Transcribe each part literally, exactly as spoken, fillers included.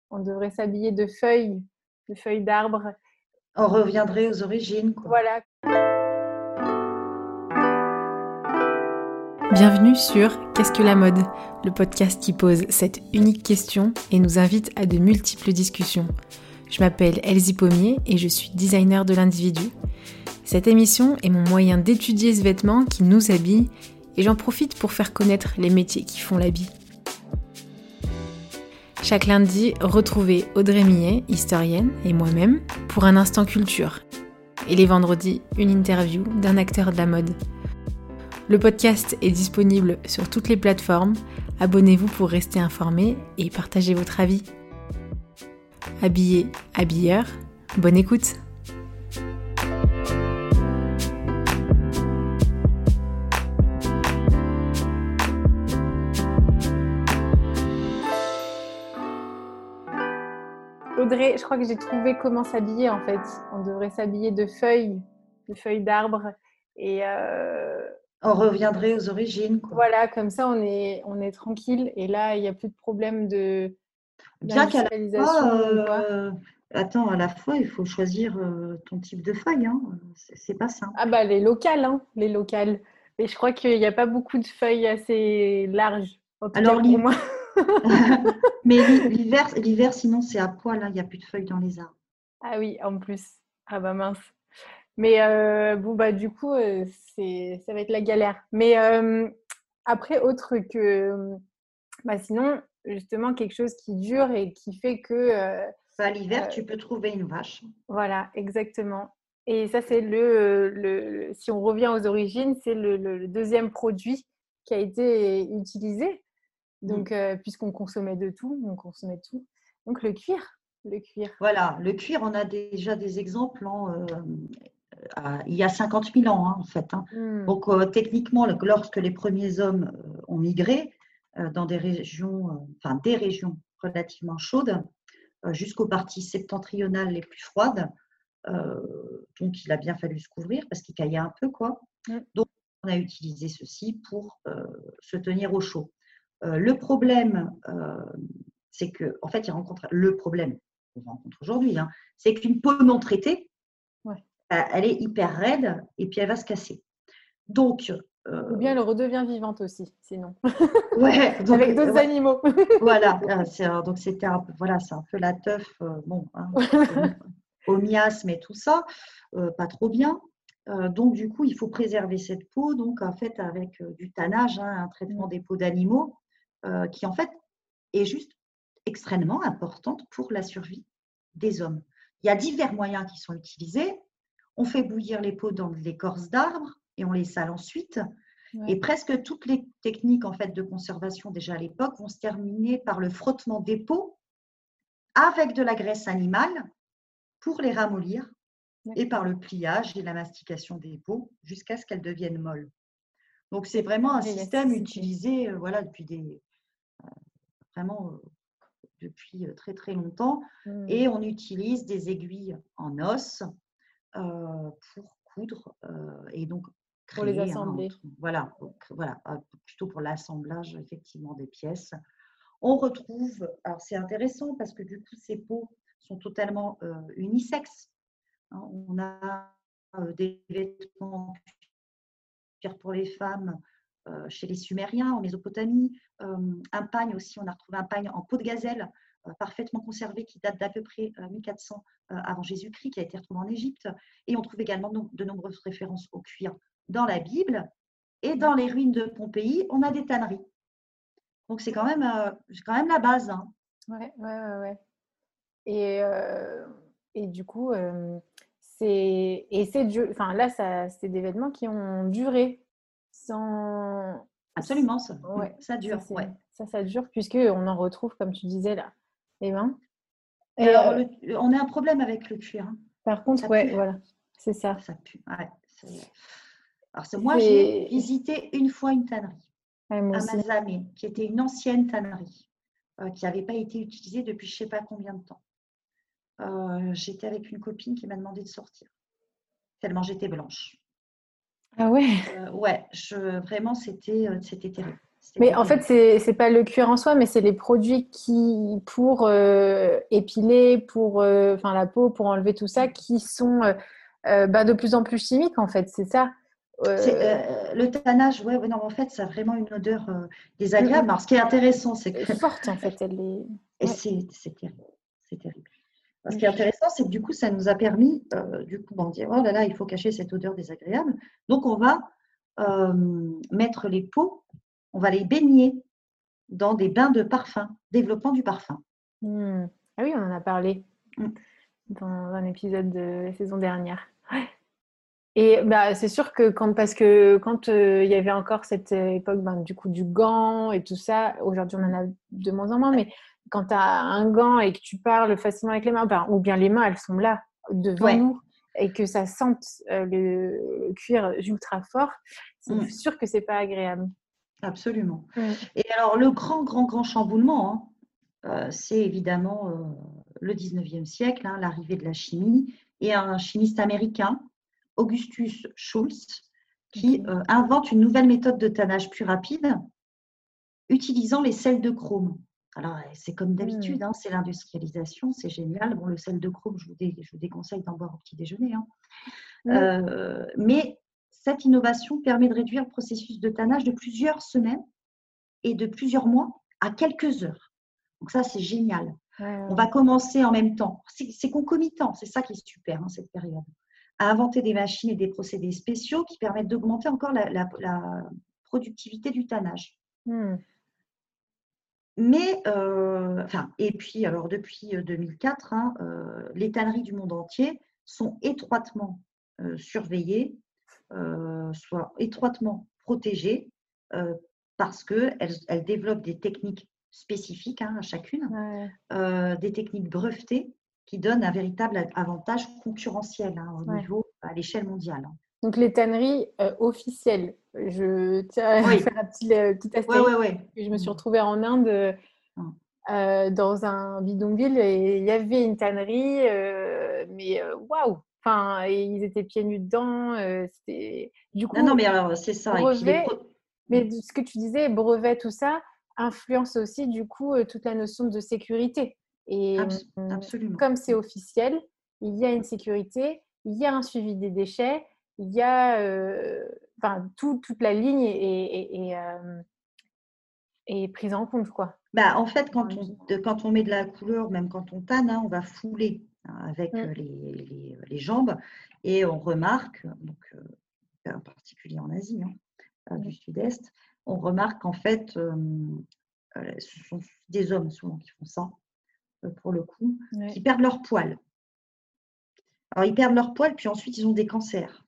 on devrait s'habiller de feuilles, de feuilles d'arbres. On reviendrait aux origines, quoi. Voilà. Bienvenue sur Qu'est-ce que la mode ? Le podcast qui pose cette unique question et nous invite à de multiples discussions. Je m'appelle Elsie Pommier et je suis designer de l'individu. Cette émission est mon moyen d'étudier ce vêtement qui nous habille et j'en profite pour faire connaître les métiers qui font l'habit. Chaque lundi, retrouvez Audrey Millet, historienne, et moi-même pour un instant culture. Et les vendredis, une interview d'un acteur de la mode. Le podcast est disponible sur toutes les plateformes. Abonnez-vous pour rester informé et partager votre avis. Habillé, habilleur, bonne écoute. Audrey, je crois que j'ai trouvé comment s'habiller en fait. On devrait s'habiller de feuilles, de feuilles d'arbres. Et euh, On reviendrait aux origines, quoi. voilà, comme ça on est, on est tranquille. Et là, il n'y a plus de problème de Bien qu'à la d'industrialisation fois, ou quoi. euh, attends, à la fois, il faut choisir euh, ton type de feuille, hein. C'est, c'est pas simple. Ah bah les locales, hein, les locales. Mais je crois qu'il n'y a pas beaucoup de feuilles assez larges, en tout Alors, cas pour l'hiver, moi. mais l'hi- l'hiver, l'hiver, sinon, c'est à poil, hein. Il n'y a plus de feuilles dans les arbres. Ah oui, en plus. Ah bah mince. Mais euh, bon, bah du coup, euh, c'est, ça va être la galère. Mais euh, après, autre que... Bah sinon, justement, quelque chose qui dure et qui fait que... euh, Bah, l'hiver, euh, tu peux trouver une vache. voilà, exactement. Et ça, c'est le, le, le- si on revient aux origines, c'est le, le- le deuxième produit qui a été utilisé. Mm. Donc, euh, puisqu'on consommait de tout, on consommait tout. Donc, le cuir, le cuir. Voilà, le cuir, on a déjà des exemples hein, euh, à- il y a cinquante mille ans, hein, en fait. Hein. Hmm. Donc, euh, techniquement, lorsque les premiers hommes euh, ont migré euh, dans des régions, euh, enfin des régions relativement chaudes, euh, jusqu'aux parties septentrionales les plus froides, euh, donc il a bien fallu se couvrir parce qu'il caillait un peu, quoi. Hmm. Donc, on a utilisé ceci pour euh, se tenir au chaud. Euh, le problème, euh, c'est que, en fait, il rencontre le problème qu'on rencontre aujourd'hui, hein, c'est qu'une peau non traitée, Ouais. elle est hyper raide et puis elle va se casser. Donc, euh, Ou bien elle redevient vivante aussi, sinon. ouais, donc, Avec d'autres ouais, animaux. voilà, euh, c'est, euh, donc c'était un peu, voilà, c'est un peu la teuf, euh, bon, hein, au, au miasme et tout ça, euh, pas trop bien. Euh, donc, du coup, il faut préserver cette peau, donc en fait, avec euh, du tannage, hein, un traitement Mm. des peaux d'animaux, euh, qui en fait est juste extrêmement importante pour la survie des hommes. Il y a divers moyens qui sont utilisés. On fait bouillir les peaux dans de l'écorce d'arbres et on les sale ensuite. Ouais. Et presque toutes les techniques en fait, de conservation déjà à l'époque vont se terminer par le frottement des peaux avec de la graisse animale pour les ramollir et par le pliage et la mastication des peaux jusqu'à ce qu'elles deviennent molles. Donc c'est vraiment un système utilisé euh, voilà, depuis des, euh, vraiment euh, depuis très très longtemps. Mm. Et on utilise des aiguilles en os euh, pour coudre euh, et donc Pour les créer, hein, assembler. entre, voilà, donc, voilà, plutôt pour l'assemblage effectivement des pièces. On retrouve, alors c'est intéressant parce que du coup ces peaux sont totalement euh, unisexes. Hein, on a euh, des vêtements pour les femmes euh, chez les Sumériens, en Mésopotamie, euh, un pagne aussi, on a retrouvé un pagne en peau de gazelle euh, parfaitement conservé qui date d'à peu près euh, mille quatre cents euh, avant Jésus-Christ, qui a été retrouvé en Égypte. Et on trouve également de, de nombreuses références au cuir dans la Bible. Et dans les ruines de Pompéi, on a des tanneries. Donc c'est quand même, euh, c'est quand même la base. Hein. Ouais, ouais, ouais, ouais. Et, euh, et du coup, euh, c'est et c'est dur. Enfin là, ça, c'est des vêtements qui ont duré sans. Absolument, ça, Ouais, ça ça, dure. c'est, Ouais. ça, ça dure puisque on en retrouve, comme tu disais là, les mains. Et Et alors, euh, le, on a un problème avec le cuir. Hein. par contre, Ça ouais, pue. voilà, c'est ça. Ça pue. Ouais, c'est... Alors, c'est, moi, j'ai C'est visité une fois une tannerie ouais, moi à aussi. Mazamet, qui était une ancienne tannerie, euh, qui n'avait pas été utilisée depuis je ne sais pas combien de temps. Euh, j'étais avec une copine qui m'a demandé de sortir, tellement j'étais blanche. Ah ouais. Euh, ouais, je, vraiment, c'était, euh, c'était terrible. Mais C'était en fait, terrible. c'est c'est pas le cuir en soi, mais c'est les produits qui, pour euh, épiler, pour euh, enfin la peau, pour enlever tout ça, qui sont euh, euh, bah, de plus en plus chimiques, en fait. C'est ça. C'est, Euh, euh, le tannage, ouais, ouais, non, en fait, ça a vraiment une odeur euh, mm, désagréable. mm. Alors, ce qui est intéressant, c'est Elle est que forte, en fait. Elle est... et Ouais. c'est c'est terrible, c'est terrible. Ce Mm. qui est intéressant, c'est que du coup, ça nous a permis, euh, du coup, d'en dire, oh là là, il faut cacher cette odeur désagréable. Donc, on va euh, mettre les peaux, on va les baigner dans des bains de parfum, développement du parfum. Mm. Ah oui, on en a parlé Mm. dans un épisode de la saison dernière. Et bah, c'est sûr que quand, parce que quand euh, il y avait encore cette euh, époque ben, du coup du gant et tout ça, aujourd'hui on en a de moins en moins, mais quand tu as un gant et que tu parles facilement avec les mains, ben, ou bien les mains elles sont là devant Ouais. nous et que ça sente euh, le, le cuir ultra fort, c'est Mm. sûr que c'est pas agréable. Absolument. Mm. Et alors, le grand, grand, grand chamboulement, hein, euh, c'est évidemment euh, le dix-neuvième siècle, hein, l'arrivée de la chimie, et un chimiste américain, Augustus Schultz, qui Ok. euh, invente une nouvelle méthode de tannage plus rapide, utilisant les sels de chrome. Alors, c'est comme Mm. d'habitude, hein, c'est l'industrialisation, c'est génial. Bon, le sel de chrome, je vous, dé, je vous déconseille d'en boire au petit déjeuner. Hein. Mm. Euh, mais cette innovation permet de réduire le processus de tannage de plusieurs semaines et de plusieurs mois à quelques heures. Donc ça, c'est génial. Ouais, On ouais. va commencer en même temps. C'est, c'est concomitant, c'est ça qui est super, hein, cette période. À inventer des machines et des procédés spéciaux qui permettent d'augmenter encore la, la, la productivité du tannage. Mm. Mais, euh, enfin, et puis, alors depuis deux mille quatre, hein, euh, les tanneries du monde entier sont étroitement euh, surveillées, euh, soit étroitement protégées, euh, parce qu'elles elles développent des techniques spécifiques, hein, à chacune, Ouais, euh, des techniques brevetées qui donnent un véritable avantage concurrentiel, hein, au ouais. niveau, à l'échelle mondiale. Hein. Donc les tanneries euh, officielles, je tiens à Oui, faire un petit, euh, petit oui, astérisque. oui, oui. Je me suis retrouvée en Inde euh, euh, dans un bidonville et il y avait une tannerie, euh, mais euh, waouh! Enfin, et ils étaient pieds nus dedans. Euh, c'était... Du Non, non, coup, mais alors, c'est ça. Et puis les brevet, pro... mais de ce que tu disais, brevet, tout ça, influence aussi du coup euh, toute la notion de sécurité. Et Abs- hum, absolument. comme c'est officiel, il y a une sécurité, il y a un suivi des déchets, il y a euh, enfin, tout, toute la ligne est, est, est, est, euh, est prise en compte, quoi. Bah, en fait, Dans quand le on, bien. de- quand on met de la couleur, même quand on tanne, hein, on va fouler, hein, avec Mm. euh, les, les- les jambes et on remarque, donc, euh, en particulier en Asie, hein, euh, du Mm. Sud-Est, on remarque qu'en fait, euh, euh, ce sont des hommes souvent qui font ça, euh, pour le coup, Ouais. qui perdent leur poil. Alors, ils perdent leur poil, puis ensuite, ils ont des cancers.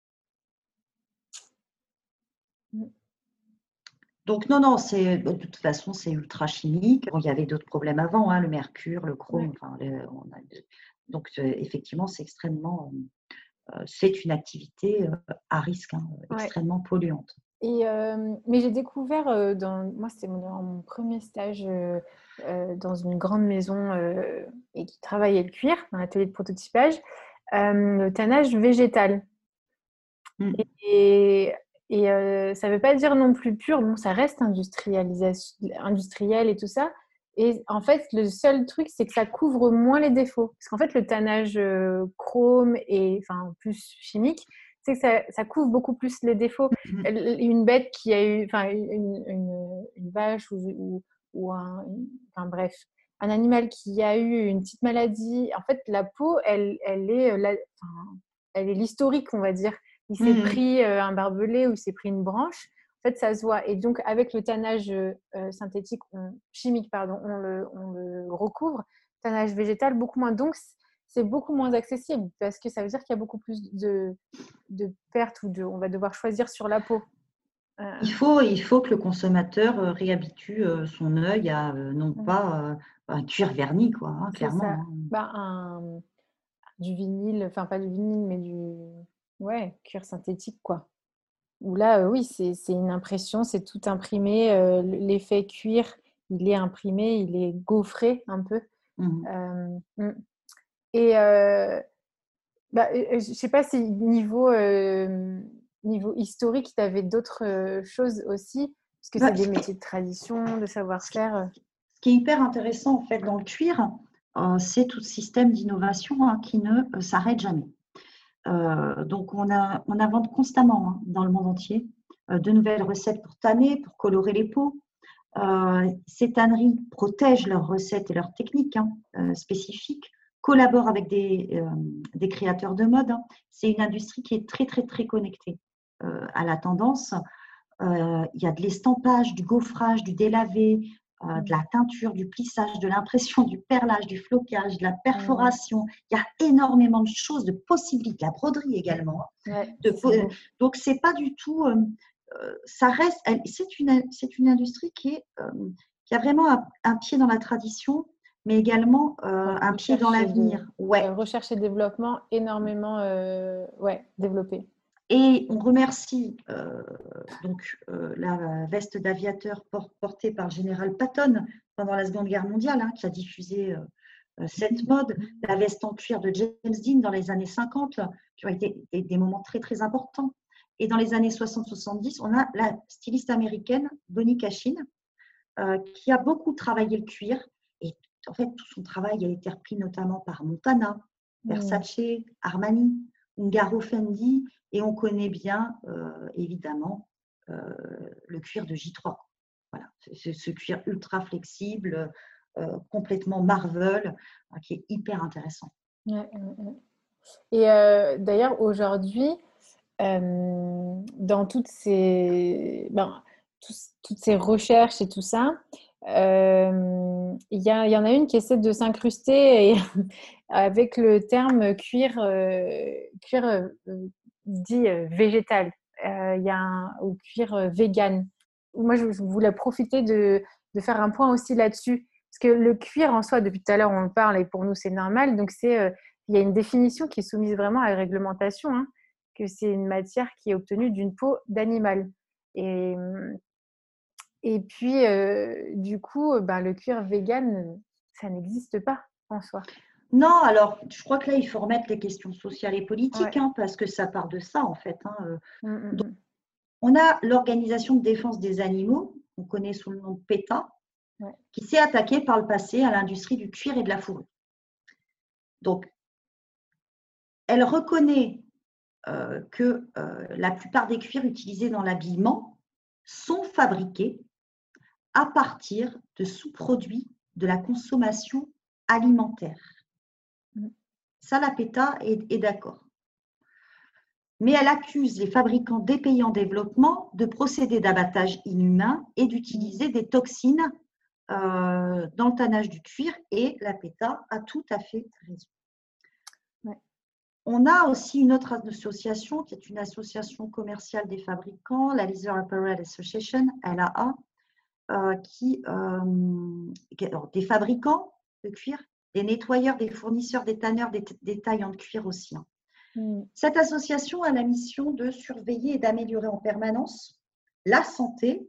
Mm. Donc, non, non, c'est, de toute façon, c'est ultra chimique. Bon, il y avait d'autres problèmes avant, hein, le mercure, le chrome. Ouais. Enfin, le- on a- donc, euh, effectivement, c'est extrêmement, euh, c'est une activité euh, à risque, hein, Ouais. extrêmement polluante. Et, euh, mais j'ai découvert, euh, dans, moi c'était mon, dans mon premier stage euh, euh, dans une grande maison euh, et qui travaillait le cuir, un atelier de prototypage, euh, le tannage végétal. Mm. Et, et euh, ça ne veut pas dire non plus pur, bon, ça reste industrialisation, industriel et tout ça. Et en fait, le seul truc, c'est que ça couvre moins les défauts. Parce qu'en fait, le tannage euh, chrome et enfin, plus chimique, c'est que ça, ça couvre beaucoup plus les défauts. Mm. Une bête qui a eu, enfin, une, une, une vache ou, ou, ou un, une, enfin, bref, un animal qui a eu une petite maladie, en fait, la peau, elle, elle est, la, enfin, elle est l'historique, on va dire. Il s'est Mm. pris euh, un barbelé ou il s'est pris une branche. En fait, ça se voit. Et donc, avec le tannage euh, synthétique, on, chimique, pardon, on le, on le recouvre. Tannage végétal, beaucoup moins. Donc, c'est beaucoup moins accessible parce que ça veut dire qu'il y a beaucoup plus de, de pertes ou de, on va devoir choisir sur la peau. Euh, Il faut, il faut que le consommateur euh, réhabitue euh, son œil à euh, non pas euh, un cuir verni, quoi, hein, c'est ça. clairement. Hein. Bah, un, du vinyle, enfin pas du vinyle, mais du ouais, cuir synthétique, quoi. Où là, euh, oui, c'est c'est une impression, c'est tout imprimé. Euh, l'effet cuir, il est imprimé, il est gaufré un peu. Mm. Euh, mm. Et euh, bah, euh, je ne sais pas si niveau, euh, niveau historique, tu avais d'autres euh, choses aussi. Parce que Bah, c'est des ce qui métiers de tradition, de ce qui savoir-faire. ce qui est hyper intéressant, en fait, dans le cuir, euh, c'est tout ce système d'innovation hein, qui ne euh, s'arrête jamais. Euh, donc, on, a, on invente constamment hein, dans le monde entier euh, de nouvelles recettes pour tanner, pour colorer les peaux. Euh, ces tanneries protègent leurs recettes et leurs techniques hein, euh, spécifiques, collaborent avec des, euh, des créateurs de mode. Hein. C'est une industrie qui est très, très, très connectée euh, à la tendance. Euh, il y a de l'estampage, du gaufrage, du délavé, euh, de la teinture, du plissage, de l'impression, du perlage, du flocage, de la perforation. Il y a énormément de choses, de possibilités, de la broderie également. Ouais, De, c'est beau. donc, c'est pas du tout. Euh, euh, ça reste. C'est une, c'est une industrie qui, est, euh, qui a vraiment un, un pied dans la tradition, mais également euh, Ouais, un pied dans recherche et de- l'avenir. Ouais. ouais, recherche et développement énormément euh, ouais, développé. Et on remercie euh, donc euh, la veste d'aviateur por- portée par le général Patton pendant la Seconde Guerre mondiale, hein, qui a diffusé euh, cette mode, la veste en cuir de James Dean dans les années cinquante, qui ont été des, des moments très très importants. Et dans les années soixante soixante-dix, on a la styliste américaine Bonnie Cashin, euh, qui a beaucoup travaillé le cuir. Et en fait, tout son travail a été repris notamment par Montana, Versace, Armani, Ungaro Fendi, et on connaît bien, euh, évidemment, euh, le cuir de J trois. Voilà, c'est ce cuir ultra flexible, euh, complètement Marvel, euh, qui est hyper intéressant. Ouais, ouais, ouais. Et euh, d'ailleurs, aujourd'hui, euh, dans toutes ces, ben, tous- toutes ces recherches et tout ça, euh, il y a- il y en a une qui essaie de s'incruster et- avec le terme cuir, euh, cuir euh, dit euh, végétal. Euh, Il y a un, ou cuir euh, vegan. Moi, je, je voulais profiter de, de faire un point aussi là-dessus. Parce que le cuir en soi, depuis tout à l'heure, on en parle et pour nous, c'est normal. Donc, c'est, euh, il y a une définition qui est soumise vraiment à la réglementation, hein, que c'est une matière qui est obtenue d'une peau d'animal. Et, et puis, euh, du coup, ben, le cuir vegan, ça n'existe pas en soi. Non, alors je crois que là, il faut remettre les questions sociales et politiques, Ouais. hein, parce que ça part de ça, en fait. Hein. Mm, mm, Donc, mm. on a l'Organisation de défense des animaux, qu'on connaît sous le nom de PETA, Ouais. qui s'est attaquée par le passé à l'industrie du cuir et de la fourrure. Donc, elle reconnaît euh, que euh, la plupart des cuirs utilisés dans l'habillement sont fabriqués à partir de sous-produits de la consommation alimentaire. Mm. Ça, la PETA est, est d'accord. Mais elle accuse les fabricants des pays en développement de procéder d'abattage inhumain et d'utiliser des toxines euh, dans le tannage du cuir, et la PETA a tout à fait raison. Ouais. On a aussi une autre association qui est une association commerciale des fabricants, la Leather Apparel Association, L A A, euh, qui, euh, alors, des fabricants de cuir, des nettoyeurs, des fournisseurs, des tanneurs, des, des taillants de cuir aussi. Hein. Mm. Cette association a la mission de surveiller et d'améliorer en permanence la santé,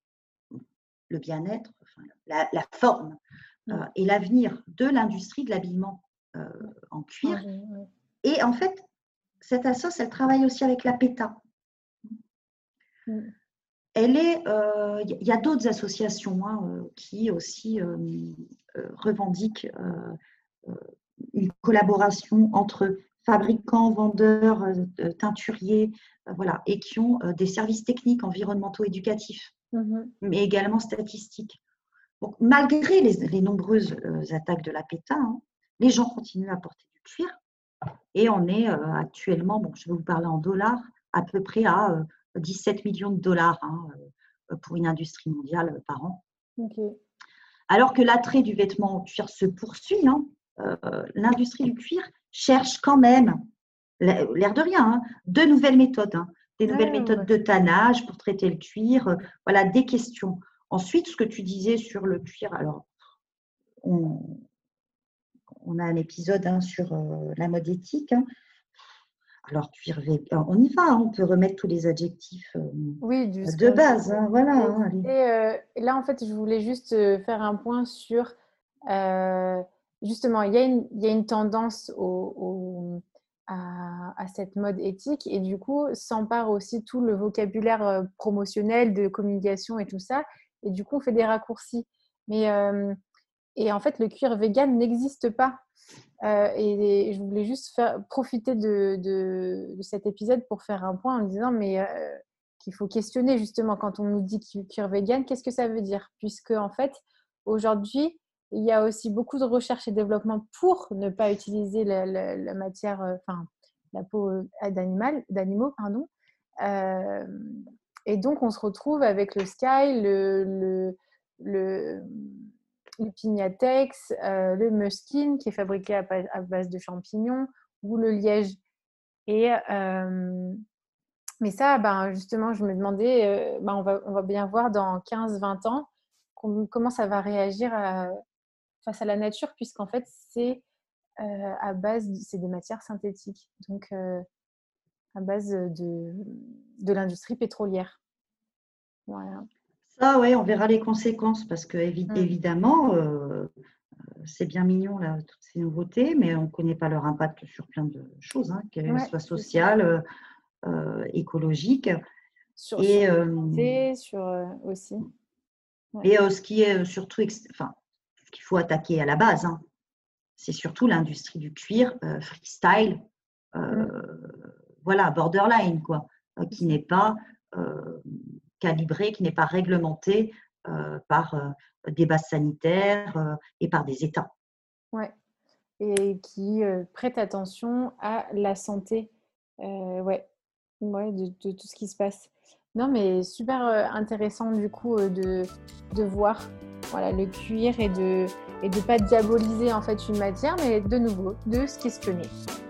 le bien-être, enfin, la, la forme mm. euh, et l'avenir de l'industrie de l'habillement euh, en cuir. Mm. Mm. Et en fait, cette association, elle travaille aussi avec la PETA. Mm. Elle est, il euh, y a d'autres associations hein, euh, qui aussi euh, euh, revendiquent euh, une collaboration entre fabricants, vendeurs, euh, teinturiers, euh, voilà, et qui ont euh, des services techniques, environnementaux, éducatifs, mm-hmm. mais également statistiques. Donc, malgré les, les nombreuses euh, attaques de la PETA, hein, les gens continuent à porter du cuir, et on est euh, actuellement, bon, je vais vous parler en dollars, à peu près à euh, dix-sept millions de dollars hein, pour une industrie mondiale par an. Okay. Alors que l'attrait du vêtement en cuir se poursuit, hein, euh, l'industrie du cuir cherche quand même, l'air de rien, hein, de nouvelles méthodes, hein, des nouvelles ah, méthodes ouais. de tannage pour traiter le cuir, euh, voilà, des questions. Ensuite, ce que tu disais sur le cuir, alors, on, on a un épisode hein, sur euh, la mode éthique, hein. Alors, cuir vegan, on y va, hein, on peut remettre tous les adjectifs euh, oui, du de base. Hein, voilà, et, hein, et, euh, et là, en fait, je voulais juste faire un point sur, euh, justement, il y, a une, il y a une tendance au, au, à, à à cette mode éthique et du coup s'empare aussi tout le vocabulaire euh, promotionnel de communication et tout ça. Et du coup, on fait des raccourcis. Mais, euh, et en fait, le cuir vegan n'existe pas. Euh, et, et je voulais juste faire, profiter de, de, de cet épisode pour faire un point en disant mais, euh, qu'il faut questionner justement quand on nous dit cuir vegan, qu'est-ce que ça veut dire ? Puisque en fait, aujourd'hui, il y a aussi beaucoup de recherche et développement pour ne pas utiliser la, la, la matière, enfin, la peau d'animal, d'animaux, pardon. Euh, et donc, on se retrouve avec le Sky, le, le, le, le Pignatex, euh, le Muskine qui est fabriqué à, à base de champignons ou le liège. Et, euh, mais ça, ben, justement, je me demandais, euh, ben, on, va, on va bien voir dans quinze vingt ans comment ça va réagir à, face à la nature, puisqu'en fait, c'est euh, à base, de, c'est des matières synthétiques, donc euh, à base de, de l'industrie pétrolière. Voilà. Ça, oui, on verra les conséquences, parce que évi- mmh. évidemment, euh, c'est bien mignon, là, toutes ces nouveautés, mais on ne connaît pas leur impact sur plein de choses, hein, qu'elles ouais, soient sociales, euh, écologiques. Sur, et, sur, euh, sur euh, aussi. Ouais. Et euh, ce qui est surtout, ex- enfin, ce qu'il faut attaquer à la base, hein, c'est surtout l'industrie du cuir, euh, freestyle, euh, mm. voilà, borderline, quoi, euh, qui n'est pas euh, calibré, qui n'est pas réglementé euh, par euh, des bases sanitaires euh, et par des États. Ouais, et qui euh, prête attention à la santé, euh, ouais, ouais, de, de tout ce qui se passe. Non, mais super euh, intéressant du coup euh, de, de voir voilà, le cuir et de et de pas diaboliser en fait une matière, mais de nouveau de se questionner.